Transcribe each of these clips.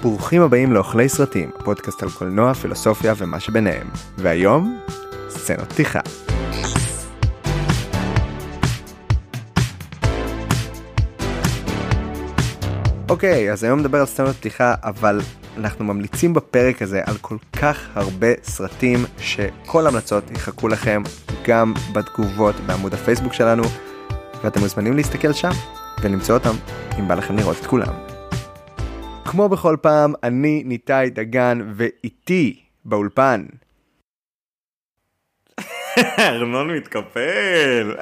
ברוכים הבאים לאוכלי סרטים, פודקאסט על קולנוע, פילוסופיה ומה שביניהם. והיום, סצנות פתיחה. אוקיי, אז היום נדבר על סצנות פתיחה, אבל אנחנו ממליצים בפרק הזה על כל כך הרבה סרטים שכל המלצות יחכו לכם גם בתגובות בעמוד הפייסבוק שלנו, ואתם מוזמנים להסתכל שם ולמצוא אותם אם בא לכם לראות את כולם. כמו בכל פעם, אני ניתאי דגן, ואיתי באולפן ארנון מתקפל.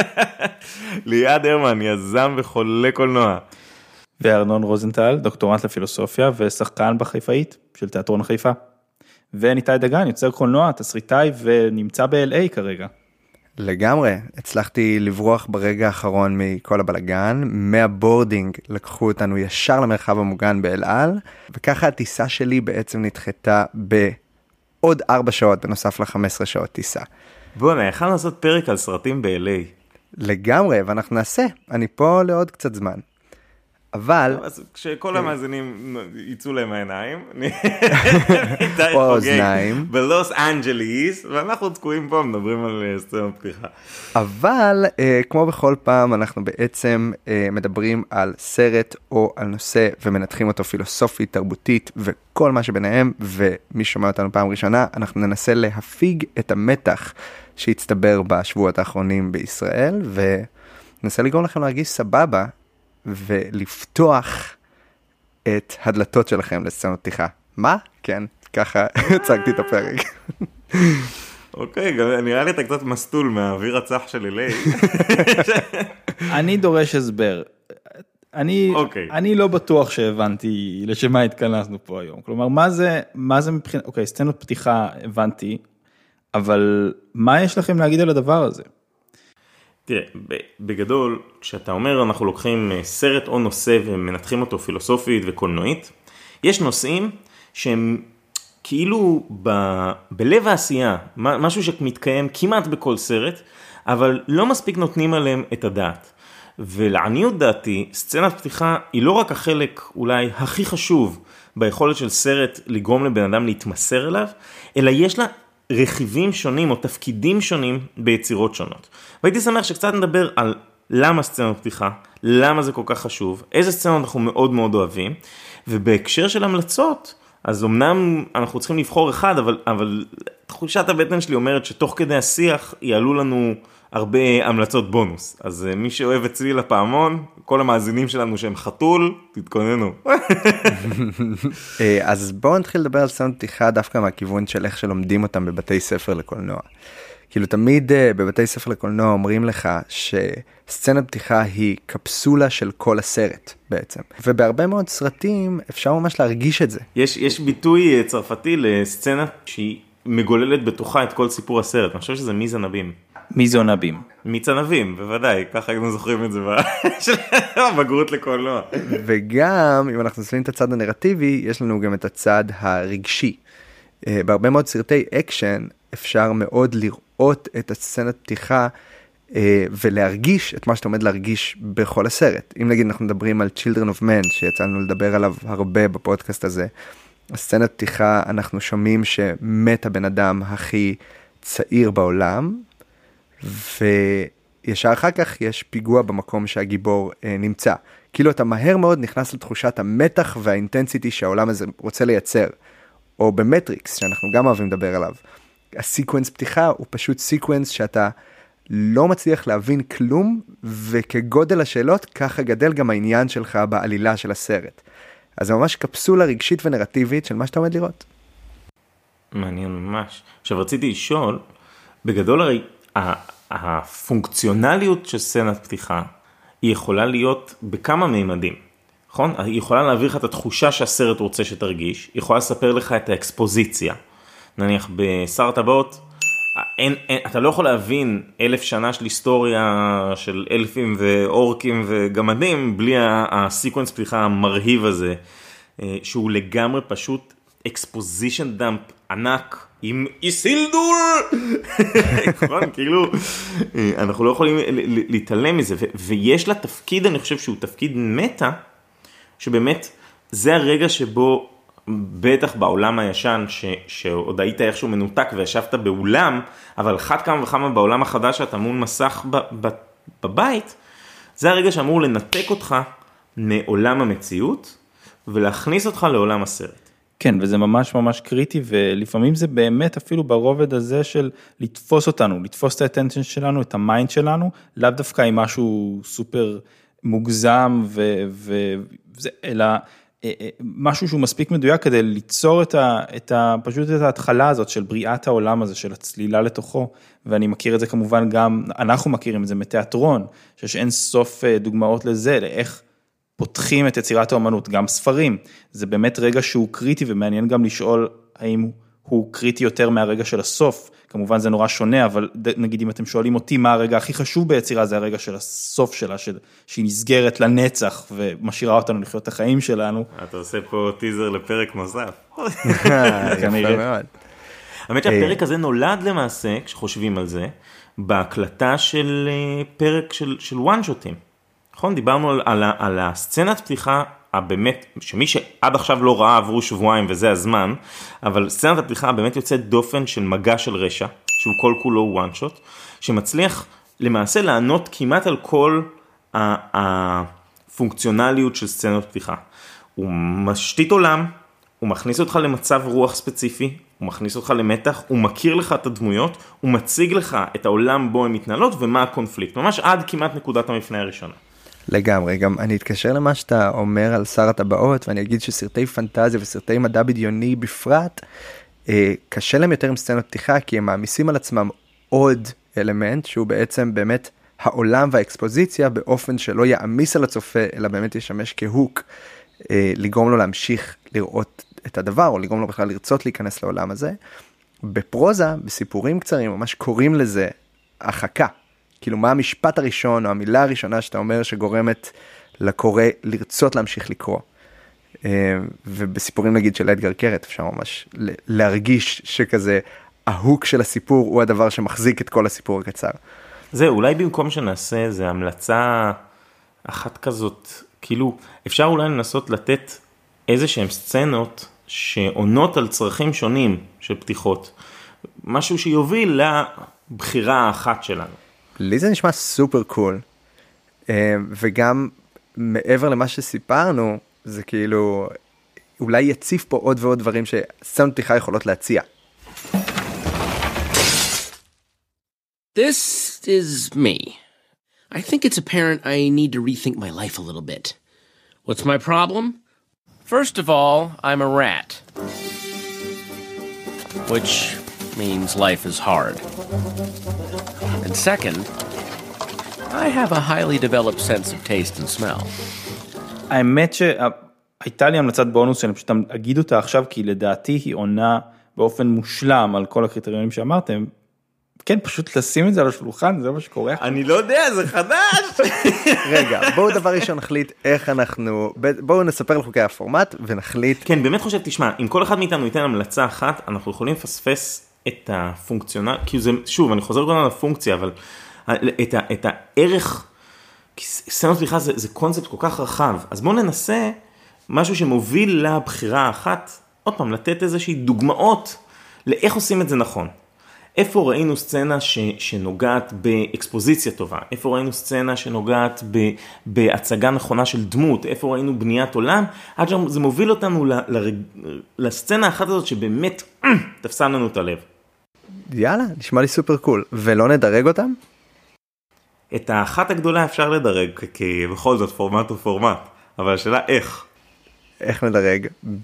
ליעד הרמן, יזם וחולה קולנוע. וארנון רוזנטל, דוקטורנט לפילוסופיה ושחקן בחיפאית של תיאטרון חיפה. וניתאי דגן, יוצר קולנוע, תסריטאי ונמצא ב-LA כרגע. לגמרי, הצלחתי לברוח ברגע האחרון מכל הבלגן, מהבורדינג לקחו אותנו ישר למרחב המוגן באל על, וככה הטיסה שלי בעצם נדחתה בעוד 4 שעות, בנוסף ל-15 שעות טיסה. בוא'נה, יכולנו לעשות פרק על סרטים ב-LA. לגמרי, ואנחנו נעשה, אני פה לעוד קצת זמן. אבל... אז כשכל המאזינים יצאו להם העיניים, או אוזניים. בלוס אנג'ליס, ואנחנו תקועים פה, מדברים על סצנות פתיחה. אבל, כמו בכל פעם, אנחנו בעצם מדברים על סרט או על נושא, ומנתחים אותו פילוסופית, תרבותית, וכל מה שביניהם, ומי שומע אותנו פעם ראשונה, אנחנו ננסה להפיג את המתח שהצטבר בשבועות האחרונים בישראל, וננסה לגרום לכם להרגיש סבבה, ולפתוח את הדלתות שלכם לסצנות פתיחה. מה? כן, ככה הצגתי את הפרק. אוקיי, נראה לי אתה קצת מסטול מהאוויר הצח של LA. אני דורש הסבר. אני לא בטוח שהבנתי לשמה התכנסנו פה היום. כלומר, מה זה מבחינת... אוקיי, סצנות פתיחה הבנתי, אבל מה יש לכם להגיד על הדבר הזה? תראה, בגדול, כשאתה אומר אנחנו לוקחים סרט או נושא ומנתחים אותו פילוסופית וקולנועית, יש נושאים שהם כאילו בלב העשייה, משהו שמתקיים כמעט בכל סרט, אבל לא מספיק נותנים עליהם את הדעת. ולעניות דעתי, סצנת פתיחה היא לא רק החלק אולי הכי חשוב ביכולת של סרט לגרום לבן אדם להתמסר אליו, אלא יש לה רכיבים שונים או תפקידים שונים ביצירות שונות. והייתי שמח שקצת נדבר על למה סצנות פתיחה, למה זה כל כך חשוב, איזה סצנות אנחנו מאוד מאוד אוהבים, ובהקשר של המלצות, אז אמנם אנחנו צריכים לבחור אחד, אבל תחושת הבטן שלי אומרת שתוך כדי השיח יעלו לנו הרבה המלצות בונוס. אז מי שאוהב את צליל הפעמון, כל המאזינים שלנו שהם חתול, תתכוננו. אז בואו נתחיל לדבר על סצנות פתיחה דווקא מהכיוון של איך שלומדים אותם בבתי ספר לקולנוע. כאילו תמיד בבתי ספר לקולנוע אומרים לך שסצנת פתיחה היא קפסולה של כל הסרט בעצם. ובהרבה מאוד סרטים אפשר ממש להרגיש את זה. יש ביטוי צרפתי לסצנה שהיא מגוללת בתוכה את כל סיפור הסרט. אני חושב שזה מיזנבים. מיזונבים. מיצנבים, בוודאי. ככה היינו זוכרים את זה בבגרות לקולנוע. וגם, אם אנחנו שמים את הצד הנרטיבי, יש לנו גם את הצד הרגשי. בהרבה מאוד סרטי אקשן אפשר מאוד לראות את הסצנת פתיחה ולהרגיש את מה שאתה עומד להרגיש בכל הסרט. אם נגיד אנחנו מדברים על Children of Men, שיצאנו לדבר עליו הרבה בפודקאסט הזה, הסצנת פתיחה אנחנו שומעים שמת הבן אדם הכי צעיר בעולם, וישר אחר כך יש פיגוע במקום שהגיבור נמצא. כאילו אתה מהר מאוד נכנס לתחושת המתח והאינטנסיטי שהעולם הזה רוצה לייצר. או במטריקס, שאנחנו גם אוהבים לדבר עליו. הסיקוונס פתיחה הוא פשוט סיקוונס שאתה לא מצליח להבין כלום, וכגודל השאלות, ככה גדל גם העניין שלך בעלילה של הסרט. אז זה ממש קפסולה רגשית ונרטיבית של מה שאתה עומד לראות. מעניין ממש. עכשיו רציתי לשאול, בגדול הרי הפונקציונליות של סצנת פתיחה, היא יכולה להיות בכמה מימדים. נכון? היא יכולה להעביר לך את התחושה שהסרט רוצה שתרגיש, היא יכולה לספר לך את האקספוזיציה. נניח בשר הטבעות, אתה לא יכול להבין 1000 שנה של היסטוריה של אלפים ואורקים וגמדים, בלי הסיקוונס פתיחה המרהיב הזה, שהוא לגמרי פשוט אקספוזישן דאמפ ענק, עם איסילדור! נכון? כאילו, אנחנו לא יכולים להתעלם מזה, ויש לה תפקיד, אני חושב שהוא תפקיד מטה, שבאמת זה הרגע שבו, בטח בעולם הישן, שעוד היית איכשהו מנותק וישבת באולם, אבל אחת כמה וכמה בעולם החדש שאתה מול מסך בבית, זה הרגע שאמור לנתק אותך מעולם המציאות, ולהכניס אותך לעולם הסרט. כן, וזה ממש ממש קריטי, ולפעמים זה באמת אפילו ברובד הזה של לתפוס אותנו, לתפוס את האטנשן שלנו, את המיינד שלנו, לאו דווקא עם משהו סופר מוגזם, אלא משהו שהוא מספיק מדויק כדי ליצור פשוט את ההתחלה הזאת של בריאת העולם הזה, של הצלילה לתוכו, ואני מכיר את זה כמובן גם, אנחנו מכירים את זה מתיאטרון, שיש אין סוף דוגמאות לזה, לאיך פותחים את יצירת האומנות, גם ספרים, זה באמת רגע שהוא קריטי, ומעניין גם לשאול האם הוא קריטי יותר מהרגע של הסוף, כמובן זה נורא שונה, אבל נגיד אם אתם שואלים אותי מה הרגע הכי חשוב ביצירה, זה הרגע של הסוף שלה, שהיא נסגרת לנצח, ומשאירה אותנו לחיות את החיים שלנו. אתה עושה פה טיזר לפרק נוסף. יפה מאוד. האמת שהפרק הזה נולד למעשה, כשחושבים על זה, בהקלטה של פרק של וואן שוטים. נכון, דיברנו על הסצנת פתיחה, באמת, שמי שעד עכשיו לא ראה עברו שבועיים וזה הזמן, אבל סצנת הפתיחה באמת יוצאת דופן של מגע של רשע, שהוא כל כולו וואן שוט, שמצליח למעשה לענות כמעט על כל הפונקציונליות של סצנות פתיחה. הוא משתית עולם, הוא מכניס אותך למצב רוח ספציפי, הוא מכניס אותך למתח, הוא מכיר לך את הדמויות, הוא מציג לך את העולם בו הן מתנהלות ומה הקונפליקט, ממש עד כמעט נקודת המפנה הראשונה. לגמרי, גם אני אתקשר למה שאתה אומר על שר הטבעות, ואני אגיד שסרטי פנטזיה וסרטי מדע בדיוני בפרט, קשה להם יותר עם סצנות פתיחה, כי הם מעמיסים על עצמם עוד אלמנט, שהוא בעצם באמת העולם והאקספוזיציה, באופן שלא יעמיס על הצופה, אלא באמת ישמש כהוק, לגרום לו להמשיך לראות את הדבר, או לגרום לו בכלל לרצות להיכנס לעולם הזה. בפרוזה, בסיפורים קצרים, ממש קוראים לזה החכה. כאילו מה המשפט הראשון או המילה הראשונה שאתה אומר שגורמת לקורא לרצות להמשיך לקרוא. ובסיפורים נגיד של אדגר קרת אפשר ממש להרגיש שכזה ההוק של הסיפור הוא הדבר שמחזיק את כל הסיפור הקצר. זה אולי במקום שנעשה זה המלצה אחת כזאת, כאילו אפשר אולי לנסות לתת איזה שהן סצנות שעונות על צרכים שונים של פתיחות. משהו שיוביל לבחירה האחת שלנו. לי זה נשמע סופר קול, וגם מעבר למה שסיפרנו, זה כאילו, אולי יציף פה עוד ועוד דברים שסצנות פתיחה יכולות להציע. This is me. I think it's apparent I need to rethink my life a little bit. What's my problem? First of all, I'm a rat. Which means life is hard. And second, I have a highly developed sense of taste and smell. האמת שהייתה לי המלצת בונוס שאני פשוט אגיד אותה עכשיו, כי לדעתי היא עונה באופן מושלם על כל הקריטריונים שאמרתם. כן, פשוט לשים את זה על השולחן, זה מה שקורה. אני לא יודע, זה חדש. רגע, בואו דבר ראשון נחליט איך אנחנו, בואו נספר על חוקי הפורמט ונחליט. כן, באמת חושב, תשמע, אם כל אחד מאיתנו ייתן המלצה אחת, אנחנו יכולים לפספס את הפונקציונל, כי זה, שוב, אני חוזר גם על הפונקציה, אבל את הערך, כי סצנות פתיחה זה קונספט כל כך רחב, אז בואו ננסה משהו שמוביל לבחירה האחת, עוד פעם, לתת איזושהי דוגמאות לאיך עושים את זה נכון. איפה ראינו סצנה שנוגעת באקספוזיציה טובה? איפה ראינו סצנה שנוגעת בהצגה נכונה של דמות? איפה ראינו בניית עולם? עד שזה מוביל אותנו לסצנה האחת הזאת שבאמת תפסה לנו את הלב. יאללה, נשמע לי סופר קול. ולא נדרג אותם? את האחת הגדולה אפשר לדרג, כי בכל זאת פורמט הוא פורמט. אבל השאלה איך? איך נדרג?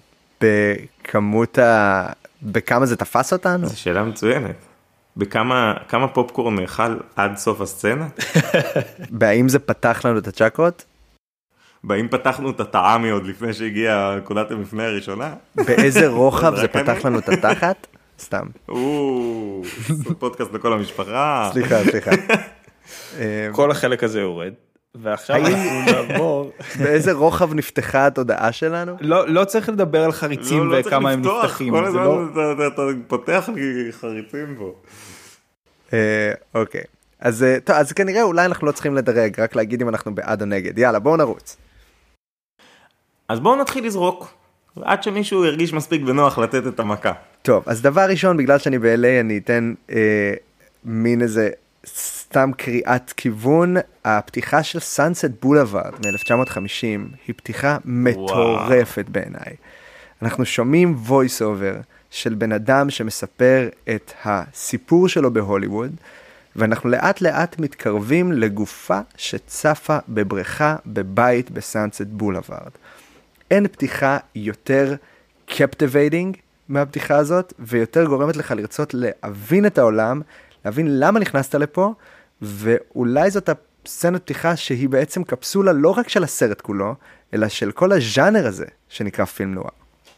בכמה זה תפס אותנו? זו שאלה מצוינת. בכמה פופקורן נאכל עד סוף הסצנה? בהאם זה פתח לנו את הצ'קרות? בהאם פתחנו את הטעמי עוד לפני שהגיעה נקודת המפנה הראשונה? באיזה רוחב זה פתח לנו את התחת? סתם. פודקאסט לכל המשפחה. סליחה. כל החלק הזה יורד. ועכשיו אנחנו נעבור. באיזה רוחב נפתחה התודעה שלנו? לא צריך לדבר על חריצים וכמה הם נפתחים. כל הזמן אתה פותח לי חריצים פה. אוקיי. אז כנראה אולי אנחנו לא צריכים לדרג, רק להגיד אם אנחנו בעד או נגד. יאללה, בואו נרוץ. אז בואו נתחיל לזרוק, עד שמישהו ירגיש מספיק בנוח לתת את המכה. טוב, אז דבר ראשון, בגלל שאני ב-LA, אני אתן מין איזה סתם קריאת כיוון. הפתיחה של Sunset Boulevard מ-1950 היא פתיחה מטורפת בעיניי. אנחנו שומעים voice over של בן אדם שמספר את הסיפור שלו בהוליווד, ואנחנו לאט לאט מתקרבים לגופה שצפה בבריכה בבית בסאנסט בולווארד. אין פתיחה יותר captivating מהפתיחה הזאת, ויותר גורמת לך לרצות להבין את העולם, להבין למה נכנסת לפה, ואולי זאת הסצנת פתיחה שהיא בעצם קפסולה לא רק של הסרט כולו, אלא של כל הז'אנר הזה שנקרא פילם נואר.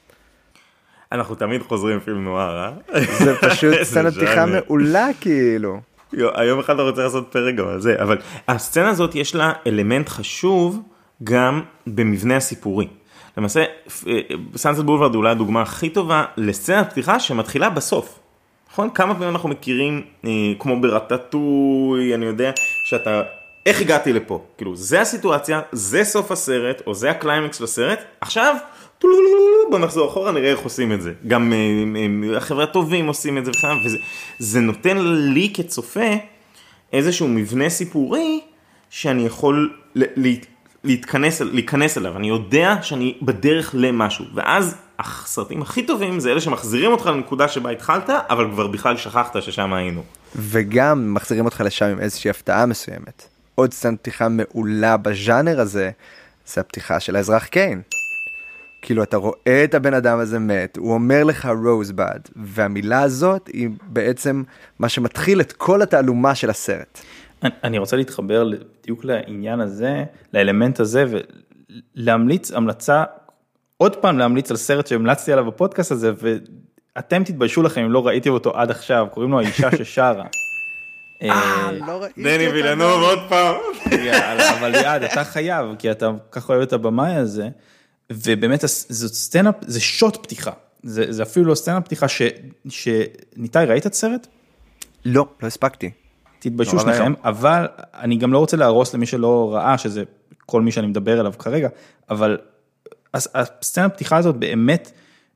אנחנו תמיד חוזרים פילם נואר, אה? זה פשוט סצנת פתיחה מעולה כאילו. היום אחד לא רוצה לעשות פרק גם על זה, אבל הסצנה הזאת יש לה אלמנט חשוב גם במבנה הסיפורי. למעשה, סאנסט בולווארד אולי הדוגמה הכי טובה לסצנת פתיחה שמתחילה בסוף. נכון? כמה פעמים אנחנו מכירים, כמו ברטטוי, אני יודע, שאתה, איך הגעתי לפה? כאילו, זה הסיטואציה, זה סוף הסרט, או זה הקליימקס לסרט, עכשיו, בוא נחזור אחורה, נראה איך עושים את זה. גם החבר'ה הטובים עושים את זה, וזה נותן לי כצופה איזשהו מבנה סיפורי, שאני יכול להיכנס אליו, אני יודע שאני בדרך למשהו, ואז הסרטים הכי טובים זה אלה שמחזירים אותך לנקודה שבה התחלת, אבל כבר בכלל שכחת ששם היינו. וגם מחזירים אותך לשם עם איזושהי הפתעה מסוימת. עוד סצנת פתיחה מעולה בז'אנר הזה, זה הפתיחה של האזרח קיין. כאילו אתה רואה את הבן אדם הזה מת, הוא אומר לך רוזבד, והמילה הזאת היא בעצם מה שמתחיל את כל התעלומה של הסרט. אני רוצה להתחבר בדיוק לעניין הזה, לאלמנט הזה, ולהמליץ המלצה, עוד פעם להמליץ על סרט שהמלצתי עליו בפודקאסט הזה, ואתם תתביישו לכם אם לא ראיתם אותו עד עכשיו, קוראים לו האישה ששרה. לא ראיתי דני וילנוב עוד פעם. אבל יעד, אתה חייב, כי אתה ככה אוהב את הבמאי הזה, ובאמת זאת סצנה, זה שוט פתיחה, זה אפילו לא סצנה פתיחה שניתאי, ראית את הסרט? לא הספקתי. תתביישו שניכם, אבל אני גם לא רוצה להרוס למי שלא ראה, שזה כל מי שאני מדבר אליו כרגע, אבל הסצנה הפתיחה הזאת באמת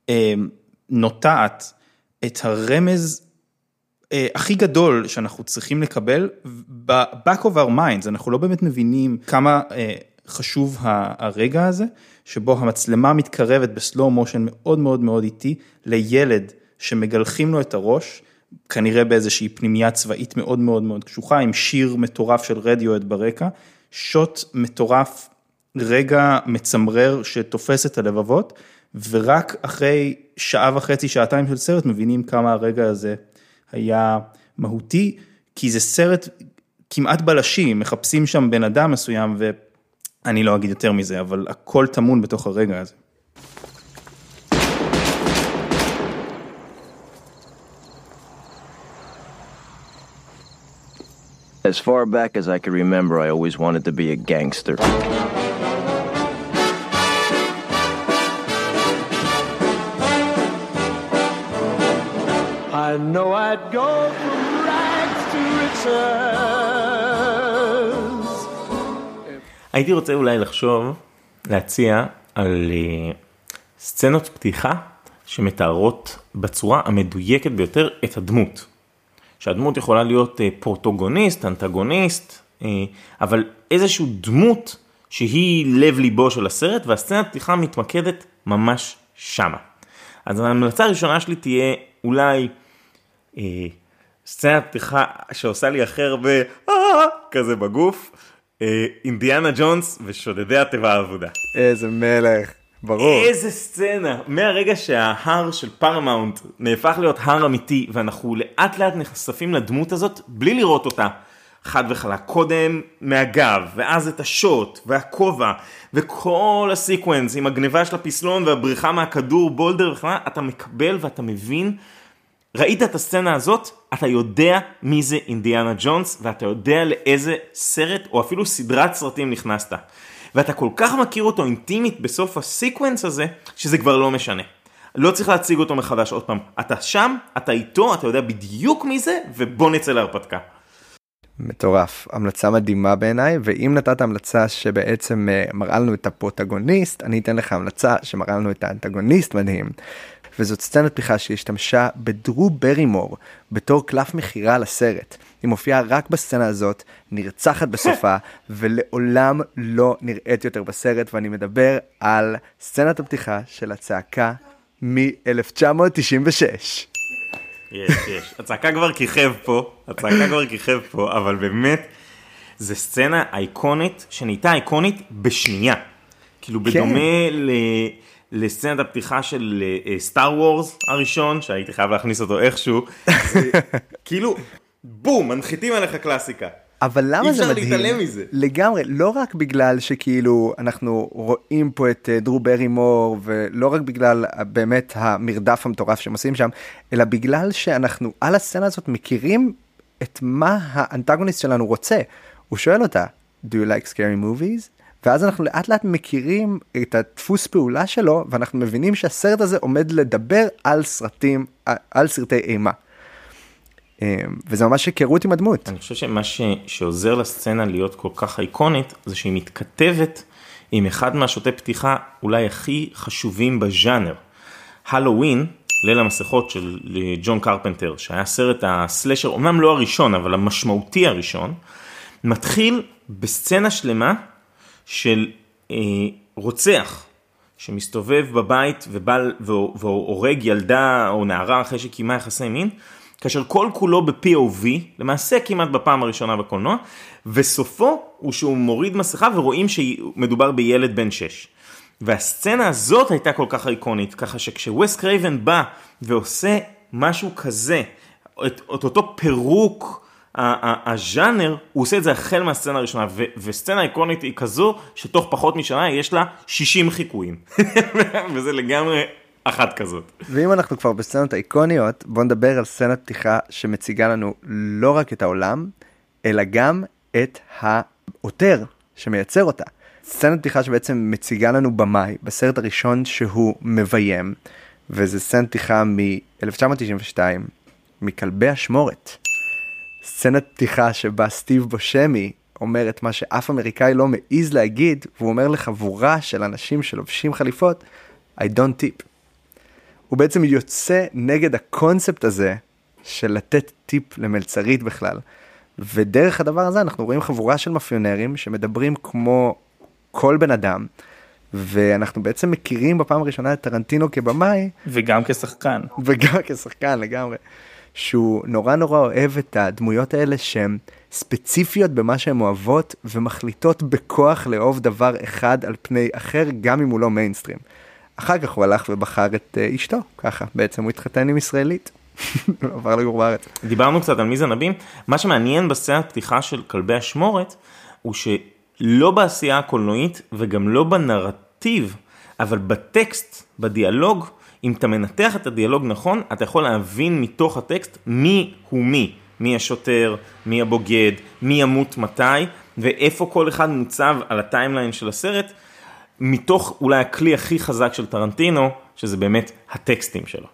נוטעת את הרמז הכי גדול שאנחנו צריכים לקבל ב-back of our minds, אנחנו לא באמת מבינים כמה חשוב הרגע הזה, שבו המצלמה מתקרבת בסלואו מושן מאוד מאוד מאוד איטי, לילד שמגלחים לו את הראש, כנראה באיזושהי פנימייה צבאית מאוד מאוד מאוד קשוחה, עם שיר מטורף של רדיואד ברקע, שוט מטורף, רגע מצמרר שתופס את הלבבות, ורק אחרי שעה וחצי, שעתיים של סרט, מבינים כמה הרגע הזה היה מהותי, כי זה סרט כמעט בלשי, מחפשים שם בן אדם מסוים, ואני לא אגיד יותר מזה, אבל הכל תמון בתוך הרגע הזה. As far back as I can remember, I always wanted to be a gangster. I know I'd go from rags to riches. הייתי רוצה אולי להציע על סצנות פתיחה שמתארות בצורה המדויקת ביותר את הדמות. שהדמות יכולה להיות פרוטוגוניסט, אנטגוניסט, אבל איזשהו דמות שהיא לב ליבו של הסרט, והסצנת פתיחה מתמקדת ממש שמה. אז ההמלצה הראשונה שלי תהיה אולי סצנת פתיחה שעושה לי הכי הרבה כזה בגוף, אינדיאנה ג'ונס ושודדי התיבה האבודה. איזה מלך. ברור. איזה סצנה, מהרגע שההר של פרמאונט נהפך להיות הר אמיתי, ואנחנו לאט לאט נחשפים לדמות הזאת, בלי לראות אותה, חד וחלק, קודם מהגב, ואז את השוט, והכובע, וכל הסיקוונס, עם הגניבה של הפסלון, והבריחה מהכדור, בולדר וכן, אתה מקבל ואתה מבין, ראית את הסצנה הזאת, אתה יודע מי זה אינדיאנה ג'ונס, ואתה יודע לאיזה סרט, או אפילו סדרת סרטים נכנסת. ואתה כל כך מכיר אותו אינטימית בסוף הסיקוונס הזה, שזה כבר לא משנה. לא צריך להציג אותו מחדש עוד פעם. אתה שם, אתה איתו, אתה יודע בדיוק מי זה, ובוא נצא להרפתקה. מטורף, המלצה מדהימה בעיניי, ואם נתת המלצה שבעצם מראה לנו את הפרוטגוניסט, אני אתן לך המלצה שמראה לנו את האנטגוניסט מדהים. וזאת סצנת פתיחה שהשתמשה בדרו ברימור בתור קלף מחירה לסרט. היא מופיעה רק בסצנה הזאת, נרצחת בסופה, ולעולם לא נראית יותר בסרט, ואני מדבר על סצנת הפתיחה של הצעקה מ-1996. יש. הצעקה כבר כיכב פה, אבל באמת, זו סצנה אייקונית, שנהייתה אייקונית בשנייה. כאילו בדומה לסצנת הפתיחה של סטאר וורס הראשון, שהייתי חייב להכניס אותו איכשהו, כאילו, בום, מנחיתים עליך קלאסיקה. אבל למה זה מדהים? אי אפשר להתעלם מזה. לגמרי, לא רק בגלל שכאילו אנחנו רואים פה את דרו ברימור, ולא רק בגלל באמת המרדף המטורף שהם עושים שם, אלא בגלל שאנחנו על הסצנה הזאת מכירים את מה האנטגוניסט שלנו רוצה. הוא שואל אותה, do you like scary movies? ואז אנחנו לאט לאט מכירים את הדפוס פעולה שלו, ואנחנו מבינים שהסרט הזה עומד לדבר על סרטי אימה. וזה ממש היכרות עם הדמות. אני חושב שמה שעוזר לסצנה להיות כל כך אייקונית, זה שהיא מתכתבת עם אחד מהשוטי פתיחה אולי הכי חשובים בז'אנר. הלואוין, ליל המסכות של ג'ון קרפנטר, שהיה סרט הסלשר, אומנם לא הראשון, אבל המשמעותי הראשון, מתחיל בסצנה שלמה של רוצח, שמסתובב בבית והורג ילדה או נערה אחרי שקיימה יחסי מין, כאשר כל כולו ב-POV, למעשה כמעט בפעם הראשונה בקולנוע, וסופו הוא שהוא מוריד מסכה ורואים שמדובר בילד בן 6. והסצנה הזאת הייתה כל כך איקונית, ככה שכשווסט קרייבן בא ועושה משהו כזה, את אותו פירוק הז'אנר, הוא עושה את זה החל מהסצנה הראשונה, וסצנה איקונית היא כזו, שתוך פחות משנה יש לה 60 חיקויים. וזה לגמרי אחת כזאת. ואם אנחנו כבר בסצנות האיקוניות, בואו נדבר על סצנת פתיחה שמציגה לנו לא רק את העולם, אלא גם את העותר שמייצר אותה. סצנת פתיחה שבעצם מציגה לנו במאי, בסרט הראשון שהוא מביים, וזה סצנת פתיחה מ-1992, מכלבי השמורת. סצנת פתיחה שבה סטיב בושמי אומר את מה שאף אמריקאי לא מעז להגיד, והוא אומר לחבורה של אנשים שלובשים חליפות, I don't tip. הוא בעצם יוצא נגד הקונספט הזה של לתת טיפ למלצרית בכלל. ודרך הדבר הזה אנחנו רואים חבורה של מאפיונרים שמדברים כמו כל בן אדם, ואנחנו בעצם מכירים בפעם הראשונה את טרנטינו כבמאי. וגם כשחקן. וגם כשחקן לגמרי. שהוא נורא נורא אוהב את הדמויות האלה שהן ספציפיות במה שהן אוהבות, ומחליטות בכוח לאהוב דבר אחד על פני אחר, גם אם הוא לא מיינסטרים. אחר כך הוא הלך ובחר את אשתו, ככה. בעצם הוא התחתן עם ישראלית. הוא עבר לגור בארץ. דיברנו קצת על מי זנבים. מה שמעניין בסצנת פתיחה של כלבי השמורת, הוא שלא בעשייה הקולנועית, וגם לא בנרטיב, אבל בטקסט, בדיאלוג, אם אתה מנתח את הדיאלוג נכון, אתה יכול להבין מתוך הטקסט מי הוא מי. מי השוטר, מי הבוגד, מי ימות מתי, ואיפה כל אחד מוצב על הטיימליין של הסרט, מתוך אולי הכלי הכי חזק של טרנטינו, שזה באמת הטקסטים שלו.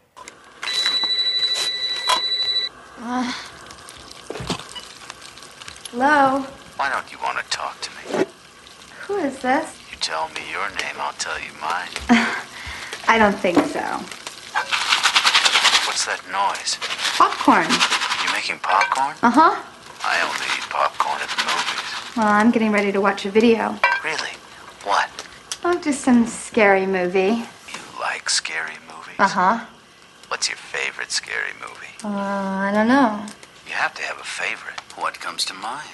Hello? Why don't you want to talk to me? Who is this? You tell me your name, I'll tell you mine. I don't think so. What's that noise? Popcorn. You making popcorn? Uh-huh. I only eat popcorn at the movies. Well, I'm getting ready to watch a video. Really? What? Oh, just some scary movie. You like scary movies? Uh-huh. What's your favorite scary movie? I don't know. You have to have a favorite. What comes to mind?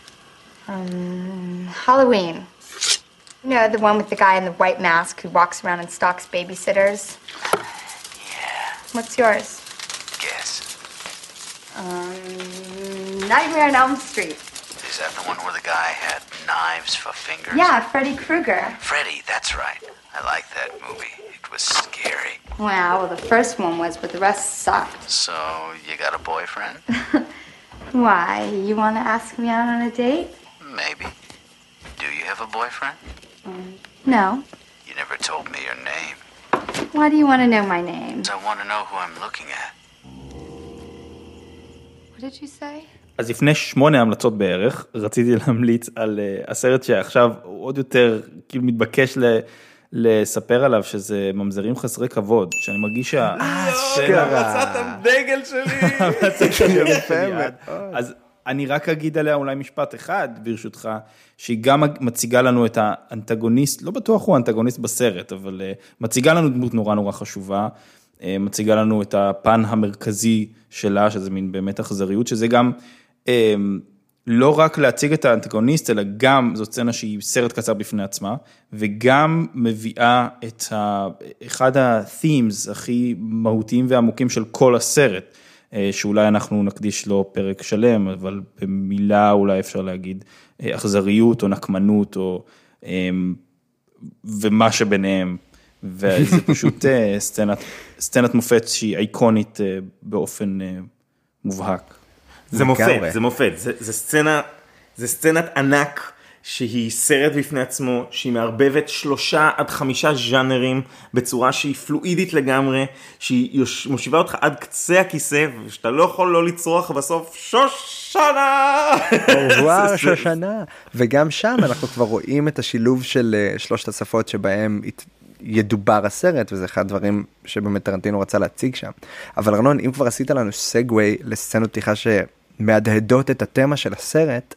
Halloween. You know, the one with the guy in the white mask who walks around and stalks babysitters? Yeah. What's yours? Guess. Nightmare on Elm Street. Is that the one where the guy had knives for fingers? Yeah, Freddy Krueger. Freddy, that's right. I like that movie. It was scary. Well, the first one was, but the rest sucked. So, you got a boyfriend? Why? You want to ask me out on a date? Maybe. Do you have a boyfriend? No. You never told me your name. Why do you want to know my name? I want to know who I'm looking at. What did you say? אז לפני 8 המלצות בערך, רציתי להמליץ על הסרט שעכשיו הוא עוד יותר כאילו מתבקש לספר עליו, שזה ממזרים חסרי כבוד, שאני מרגיש מצאתם דגל שלי. אז אני רק אגיד עליה אולי משפט אחד, ברשותך, שהיא גם מציגה לנו את האנטגוניסט, לא בטוח הוא האנטגוניסט בסרט, אבל מציגה לנו דמות נורא נורא חשובה, מציגה לנו את הפן המרכזי שלה, שזה מין באמת אכזריות, שזה גם לא רק להציג את האנטגוניסט, אלא גם זו סצנה שהיא סרט קצר בפני עצמה, וגם מביאה את אחד ה-themes הכי מהותיים ועמוקים של כל הסרט, שאולי אנחנו נקדיש לו פרק שלם, אבל במילה אולי אפשר להגיד אכזריות או נקמנות, או, ומה שביניהם, וזה פשוט סצנת מופת שהיא אייקונית באופן מובהק. זה מופת, זה סצנת ענק, שהיא סרט בפני עצמו, שהיא מערבבת 3 עד 5 ז'אנרים, בצורה שהיא פלואידית לגמרי, שהיא מושיבה אותך עד קצה הכיסא, ושאתה לא יכול לא לצרוח בסוף, שושנה! וואו, שושנה! וגם שם אנחנו כבר רואים את השילוב של 3 השפות שבהם ידובר הסרט, וזה אחד הדברים שבאמת טרנטינו רצה להציג שם. אבל ארנון, אם כבר עשית לנו סגווי לסצנות פתיחה שמהדהדות את התמה של הסרט,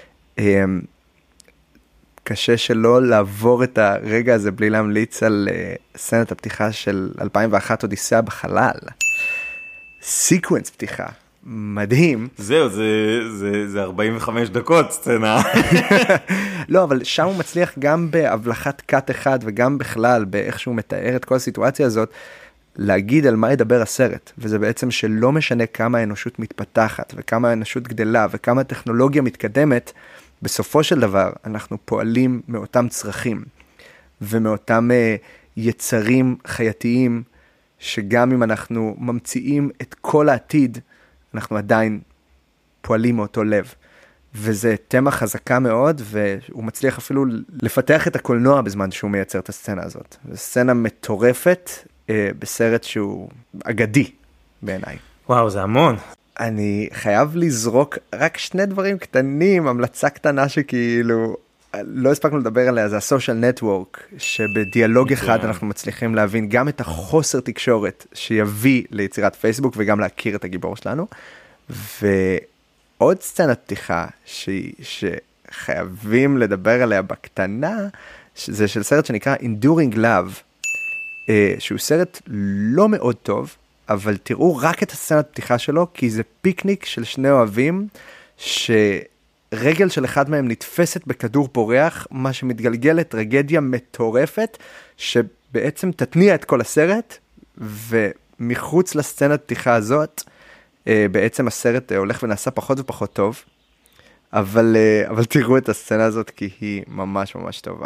קשה שלא לעבור את הרגע הזה בלי להמליץ על סצנת הפתיחה של 2001 אודיסאה בחלל. סיקוונס פתיחה, מדהים. זהו, זה 45 דקות סצנה. לא, אבל שם הוא מצליח גם בהבלחת קאט אחד וגם בכלל באיך שהוא מתאר את כל הסיטואציה הזאת, להגיד על מה ידבר הסרט, וזה בעצם שלא משנה כמה האנושות מתפתחת וכמה האנושות גדלה וכמה הטכנולוגיה מתקדמת, בסופו של דבר אנחנו פועלים מאותם צרכים ומאותם יצרים חייתיים, שגם אם אנחנו ממציאים את כל העתיד, אנחנו עדיין פועלים מאותו לב. וזה תמה חזקה מאוד, והוא מצליח אפילו לפתח את הקולנוע בזמן שהוא מייצר את הסצנה הזאת. זו סצנה מטורפת בסרט שהוא אגדי בעיניי. וואו, זה המון. אני חייב לזרוק רק 2 דברים קטנים, המלצה קטנה שכאילו לא הספקנו לדבר עליה, זה הסושיאל נטוורק, שבדיאלוג אחד אנחנו מצליחים להבין גם את החוסר תקשורת שיביא ליצירת פייסבוק וגם להכיר את הגיבור שלנו. ועוד סצנת פתיחה שחייבים לדבר עליה בקטנה, זה של סרט שנקרא Enduring Love, שהוא סרט לא מאוד טוב, אבל תראו רק את הסצנת פתיחה שלו, כי זה פיקניק של 2 אוהבים, שרגל של אחד מהם נתפסת בכדור פורח, מה שמתגלגל לטרגדיה מטורפת, שבעצם תתניע את כל הסרט, ומחוץ לסצנת פתיחה הזאת, בעצם הסרט הולך ונעשה פחות ופחות טוב, אבל תראו את הסצנה הזאת, כי היא ממש ממש טובה.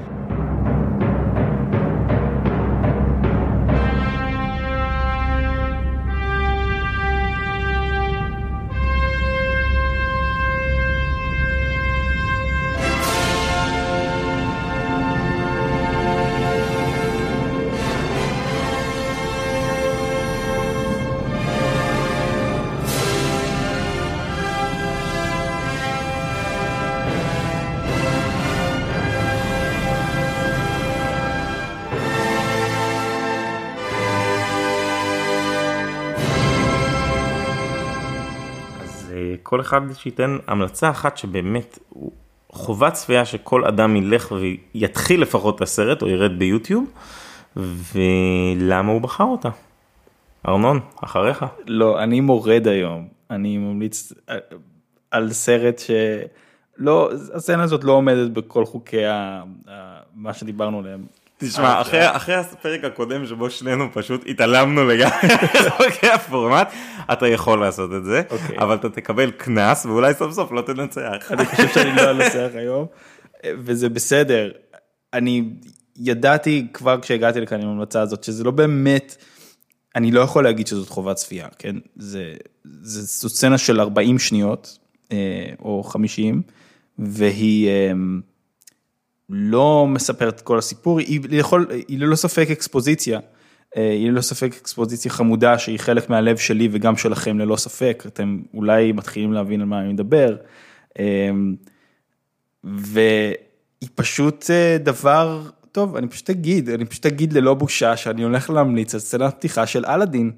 כל אחד שייתן המלצה אחת שבאמת חובה צפייה שכל אדם ילך ויתחיל לפחות את הסרט או ירד ביוטיוב, ולמה הוא בחר אותה? ארנון, אחריך. לא, אני מורד היום. אני ממליץ על סרט שלא, הסצנה הזאת לא עומדת בכל חוקי מה שדיברנו עליהם. תשמע, אחרי הפרק הקודם שבו שנינו פשוט התעלמנו לגמרי חוקי הפורמט, אתה יכול לעשות את זה, אבל אתה תקבל כנס ואולי סוף סוף לא תנצח. אני חושב שאני לא אנצח היום, וזה בסדר. אני ידעתי כבר כשהגעתי לכאן עם המלצה הזאת, שזה לא באמת, אני לא יכול להגיד שזאת חובת צפייה, כן? זו סצנה של 40 שניות, או 50, והיא לא מספרת כל הסיפור, היא ללא ספק אקספוזיציה, היא ללא ספק אקספוזיציה חמודה שהיא חלק מהלב שלי וגם שלכם ללא ספק, אתם אולי מתחילים להבין על מה אני מדבר, והיא פשוט דבר טוב, אני פשוט אגיד ללא בושה שאני הולך להמליץ על סצנת פתיחה של אלאדין.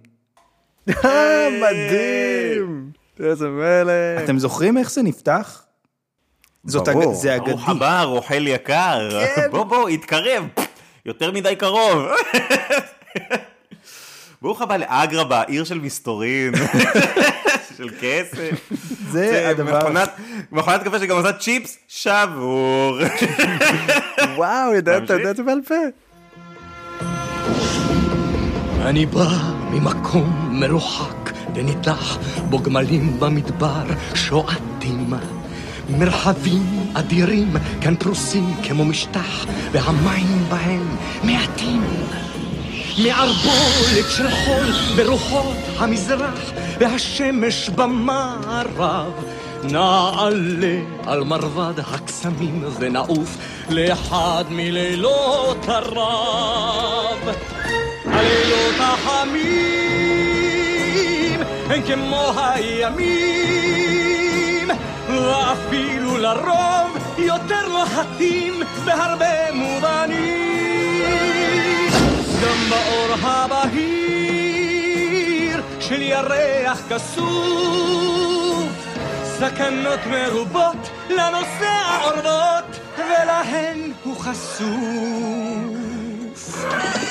מדהים, איזה מלך. אתם זוכרים איך זה נפתח? זה אגדי. ברוך הבא, רוכל יקר, בוא, התקרב, יותר מדי קרוב. ברוך הבא לאגרבה, עיר של מסתורין, של כסף. זה הדבר. מכונת קפה שגם עושה צ'יפס, שבור. וואו, אתה יודע את זה בעל פה. אני בא ממקום מרוחק ונידח בו גמלים במדבר שועטים. מרחבים אדירים כאן פרוסים כמו משטח והמים בהם מעטים. מערבולת של חול ברוחות המזרח והשמש במערב נעלה על מרבד הקסמים ונעוף לאחד מלילות הרב. הלילות החמים הם כמו הימים ואפילו לרוב יותר לוחתים בהרבה מובנים. גם באור הבהיר של ירח כסוף סכנות מרובות לנוסע אורבות ולהן הוא חשוף.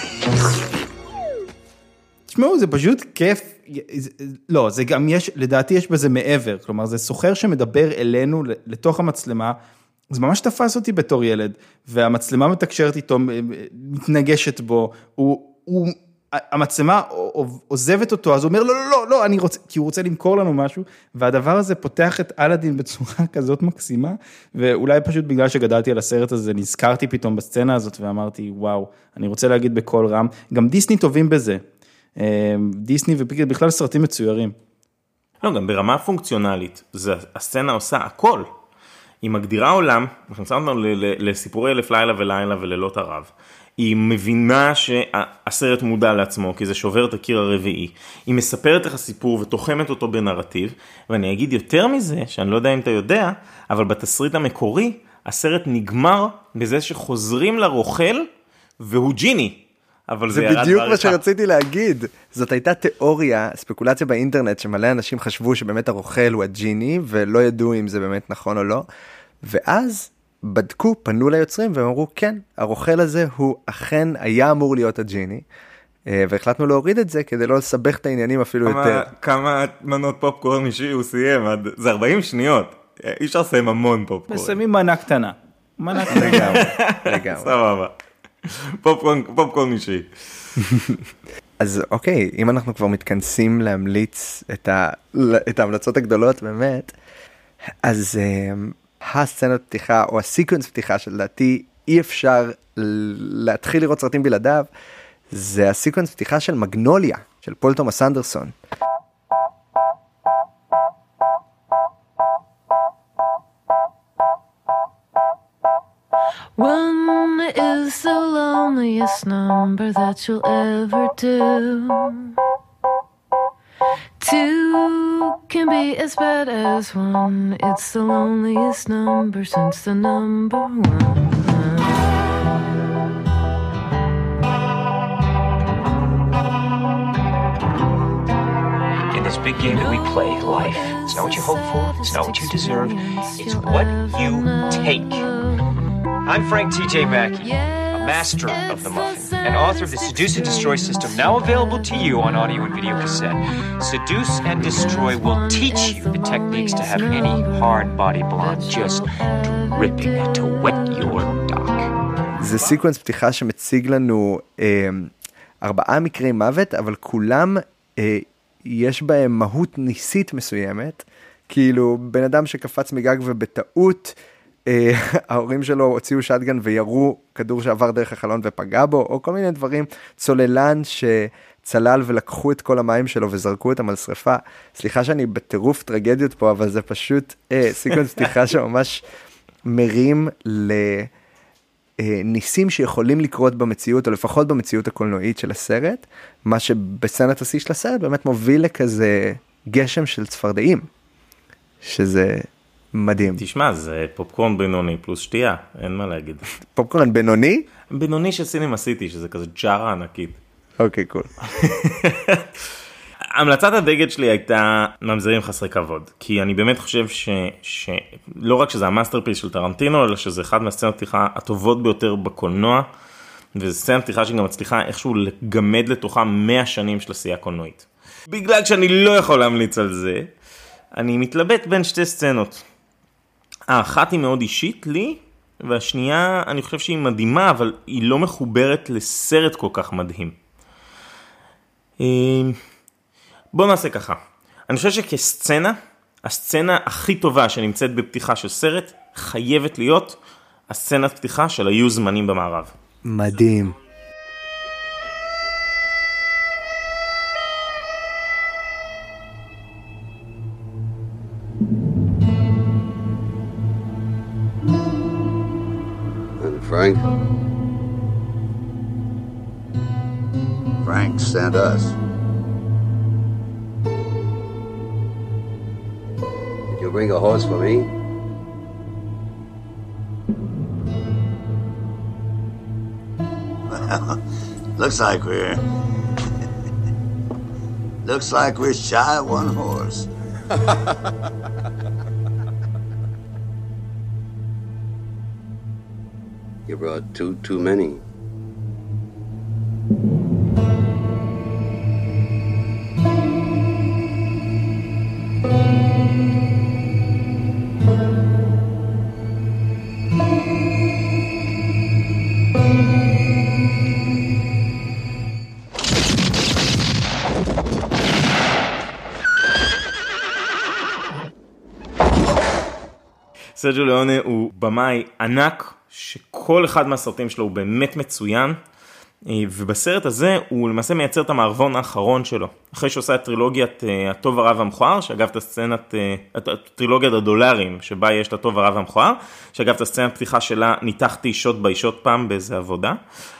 תשמעו, זה פשוט כיף, לא, זה גם יש, לדעתי יש בזה מעבר, כלומר, זה סוחר שמדבר אלינו לתוך המצלמה, זה ממש תפס אותי בתור ילד, והמצלמה מתקשרת איתו, מתנגשת בו, המצלמה עוזבת אותו, אז הוא אומר, לא, אני רוצה, כי הוא רוצה למכור לנו משהו, והדבר הזה פותח את אלאדין בצורה כזאת מקסימה, ואולי פשוט בגלל שגדלתי על הסרט הזה, נזכרתי פתאום בסצנה הזאת, ואמרתי, וואו, אני רוצה להגיד בכל רם, גם דיסני טובים בזה, דיסני ובכלל סרטים מצוירים. לא, גם ברמה פונקציונלית, הסצנה עושה הכל. היא מגדירה עולם, מכניסה אותנו לסיפורי אלף לילה ולילה ולילות ערב. היא מבינה שהסרט מודע לעצמו, כי זה שובר את הקיר הרביעי. היא מספרת לך סיפור ותוחמת אותו בנרטיב, ואני אגיד יותר מזה, שאני לא יודע אם אתה יודע, אבל בתסריט המקורי, הסרט נגמר בזה שחוזרים לרוכל, והוא ג'יני. זה בדיוק מה שרציתי להגיד. זאת הייתה תיאוריה, ספקולציה באינטרנט, שמלא אנשים חשבו שבאמת הרוכל הוא הג'יני, ולא ידעו אם זה באמת נכון או לא. ואז בדקו, פנו ליוצרים, והם אמרו, כן, הרוכל הזה הוא אכן היה אמור להיות הג'יני, והחלטנו להוריד את זה, כדי לא לסבך את העניינים אפילו יותר. כמה מנות פופקורן הוא סיים? זה 40 שניות. אי אפשר לסיים המון פופקורן. מסיימים מנה קטנה. מנה קטנה. לגמרי. סבבה. פופקורן אישי. אז אוקיי, אם אנחנו כבר מתכנסים להמליץ את ההמלצות הגדולות באמת, אז הסצנת פתיחה או הסיקוונס פתיחה שלדעתי אי אפשר להתחיל לראות סרטים בלעדיו, זה הסיקוונס פתיחה של מגנוליה, של פול תומאס אנדרסון. One is the loneliest number that you'll ever do. Two can be as bad as one. It's the loneliest number since the number one. In this big game that we play, life, it's not what you hope for, it's not what you deserve, it's what you take. I'm Frank T.J. Mackey, a master of the muffin, and author of the Seduce and Destroy system, now available to you on audio and video cassette. Seduce and Destroy will teach you the techniques to have any hard-body blonde just dripping to wet your dock. זה סיקוונס פתיחה שמציג לנו 4 מקרי מוות, אבל כולם יש בהם מהות ניסית מסוימת, כאילו בן אדם שקפץ מגג ובטעות, ההורים שלו הוציאו שטגן וירו כדור שעבר דרך החלון ופגע בו, או כל מיני דברים, צוללן שצלל ולקחו את כל המים שלו וזרקו אותם על שריפה. סליחה שאני בטירוף טרגדיות פה, אבל זה פשוט סיקוונס פתיחה שממש מרים ניסים שיכולים לקרות במציאות, או לפחות במציאות הקולנועית של הסרט, מה שבסצנת השיא של הסרט באמת מוביל לכזה גשם של צפרדעים, שזה מדהים. תשמע, זה פופקורן בינוני פלוס שתייה, אין מה להגיד. פופקורן בינוני? בינוני של סינמה סיטי, שזה כזה ג'ארה ענקית. אוקיי, קול. המלצת הדגל שלי הייתה ממזרים חסרי כבוד, כי אני באמת חושב שלא רק שזה המאסטרפיס של טרנטינו, אלא שזה אחד מהסצנות פתיחה הטובות ביותר בקולנוע, וזו סצנת פתיחה שגם מצליחה איכשהו לגמד לתוכה 100 שנים של עשייה קולנועית. בגלל שאני לא יכול להמליץ על זה, אני מתלבט בין שתי סצנות. האחת היא מאוד אישית לי, והשנייה אני חושב שהיא מדהימה, אבל היא לא מחוברת לסרט כל כך מדהים. בואו נעשה ככה. אני חושב שכסצנה, הסצנה הכי טובה שנמצאת בפתיחה של סרט, חייבת להיות הסצנת פתיחה של היו זמנים במערב. מדהים. Frank? Frank sent us. Did you bring a horse for me? Well, looks like we're shy of one horse. You brought too many. סרג'יו ליאונה הוא במאי ענק, שכל אחד מהסרטים שלו הוא באמת מצוין, ובסרט הזה הוא למעשה מייצר את המערבון האחרון שלו, אחרי שעושה את טרילוגיית הטוב הרע והמכוער, שאגב את הסצנת, טרילוגיית הדולרים, שבה יש את הטוב הרע והמכוער, שאגב את הסצנת פתיחה שלה ניתחתי שוט בישות פעם באיזה עבודה,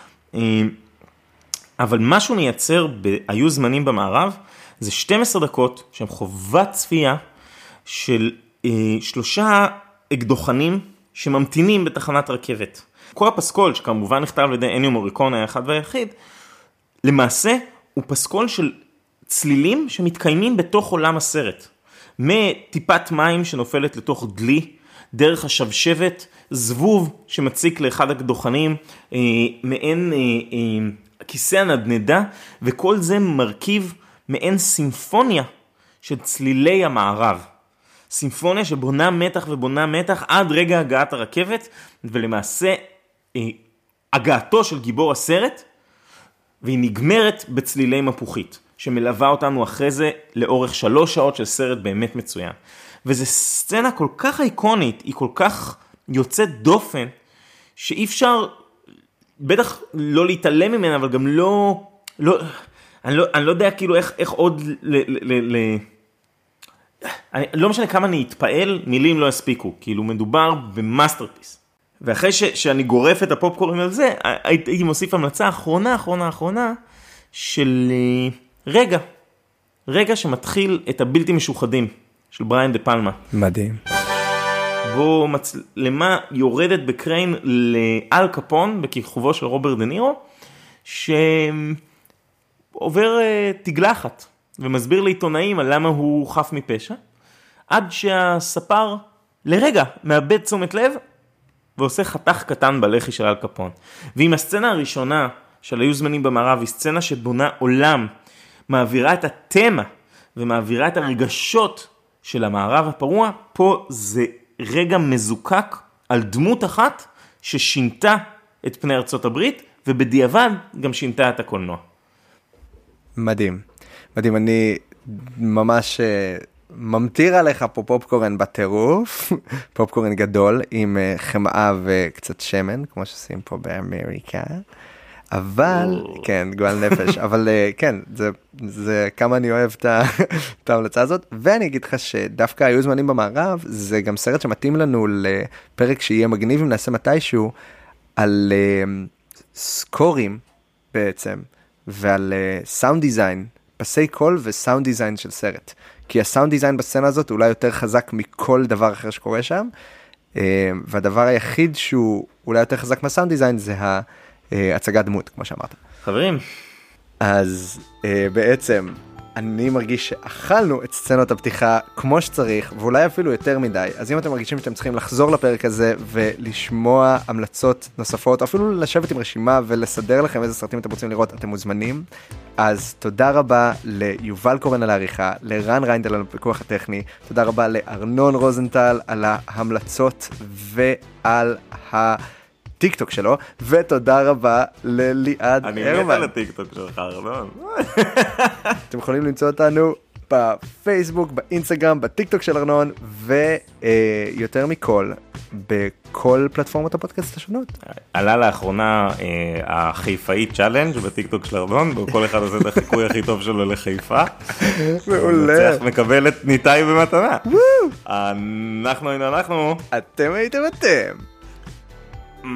אבל מה שהוא מייצר היו זמנים במערב, זה 12 דקות שהם חובת צפייה של 3 אקדוחנים שממתינים בתחנת רכבת. כל הפסקול, שכמובן נכתב על ידי אניו מוריקונה האחד והיחיד, למעשה הוא פסקול של צלילים שמתקיימים בתוך עולם הסרט. מטיפת מים שנופלת לתוך דלי, דרך השבשבת, זבוב שמציק לאחד הקדוחנים, מעין כיסא הנדנדה, וכל זה מרכיב מעין סימפוניה של צלילי המערב. סימפוניה שבונה מתח ובונה מתח עד רגע הגעת הרכבת, ולמעשה הגעתו של גיבור הסרט, והיא נגמרת בצלילי מפוחית, שמלווה אותנו אחרי זה לאורך 3 שעות של סרט באמת מצוין. וזו סצנה כל כך איקונית, היא כל כך יוצאת דופן, שאי אפשר, בטח לא להתעלם ממנה, אבל גם אני לא יודע כאילו איך עוד לא משנה כמה אני אתפעל, מילים לא הספיקו, כאילו מדובר במאסטרפיס. ואחרי שאני גורף את הפופקורן על זה, הייתי מוסיף המלצה אחרונה, של רגע שמתחיל את הבלתי משוחדים, של בריאן דה פלמה. מדהים. בו מצלמה יורדת בקריין לאל קפון, בכיכובו של רוברט דה נירו, שעובר תגלחת. ומסביר לעיתונאים על למה הוא חף מפשע, עד שהספר לרגע מאבד תשומת לב, ועושה חתך קטן בלחי של אל קפון. ואם הסצנה הראשונה של היו זמנים במערב, היא סצנה שבונה עולם, מעבירה את התמה, ומעבירה את הרגשות של המערב הפרוע, פה זה רגע מזוקק על דמות אחת, ששינתה את פני ארצות הברית, ובדיעבד גם שינתה את הקולנוע. מדהים. מדהים, אני ממש ממטיר עליך פה פופקורן בטירוף, פופקורן גדול עם חמאה וקצת שמן, כמו שעושים פה באמריקה, אבל, כן, גועל נפש, אבל כן, זה כמה אני אוהב את ההמלצה הזאת, ואני אגיד לך שדווקא היו זמנים במערב, זה גם סרט שמתאים לנו לפרק שיהיה מגניב אם נעשה מתישהו, על סקורים בעצם, ועל סאונד דיזיין, פסי קול וסאונד דיזיין של סרט. כי הסאונד דיזיין בסצנה הזאת אולי יותר חזק מכל דבר אחר שקורה שם, והדבר היחיד שהוא אולי יותר חזק מהסאונד דיזיין זה הצגת דמות, כמו שאמרת. חברים. אז בעצם אני מרגיש שאכלנו את סצנות הפתיחה כמו שצריך, ואולי אפילו יותר מדי. אז אם אתם מרגישים שאתם צריכים לחזור לפרק הזה ולשמוע המלצות נוספות, אפילו לשבת עם רשימה ולסדר לכם איזה סרטים אתם רוצים לראות, אתם מוזמנים. אז תודה רבה ליובל קורן על העריכה, לרן ריינדל על הפיקוח הטכני, תודה רבה לארנון רוזנטל על ההמלצות ועל טיקטוק שלו, ותודה רבה לליעד הרמן. אני מת על הטיקטוק שלך, ארנון. אתם יכולים למצוא אותנו בפייסבוק, באינסטגרם, בטיקטוק של ארנון, ויותר מכל, בכל פלטפורמות הפודקאסט השונות. עלה לאחרונה החיפאי צ'אלנג' בטיקטוק של ארנון, וכל אחד עושה את החיקוי הכי טוב שלו לחיפה. מעולה. נצח מקבל את ניתאי במתנה. אנחנו היינו אנחנו. אתם הייתם אתם.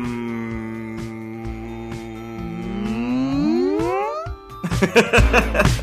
Ha ha ha.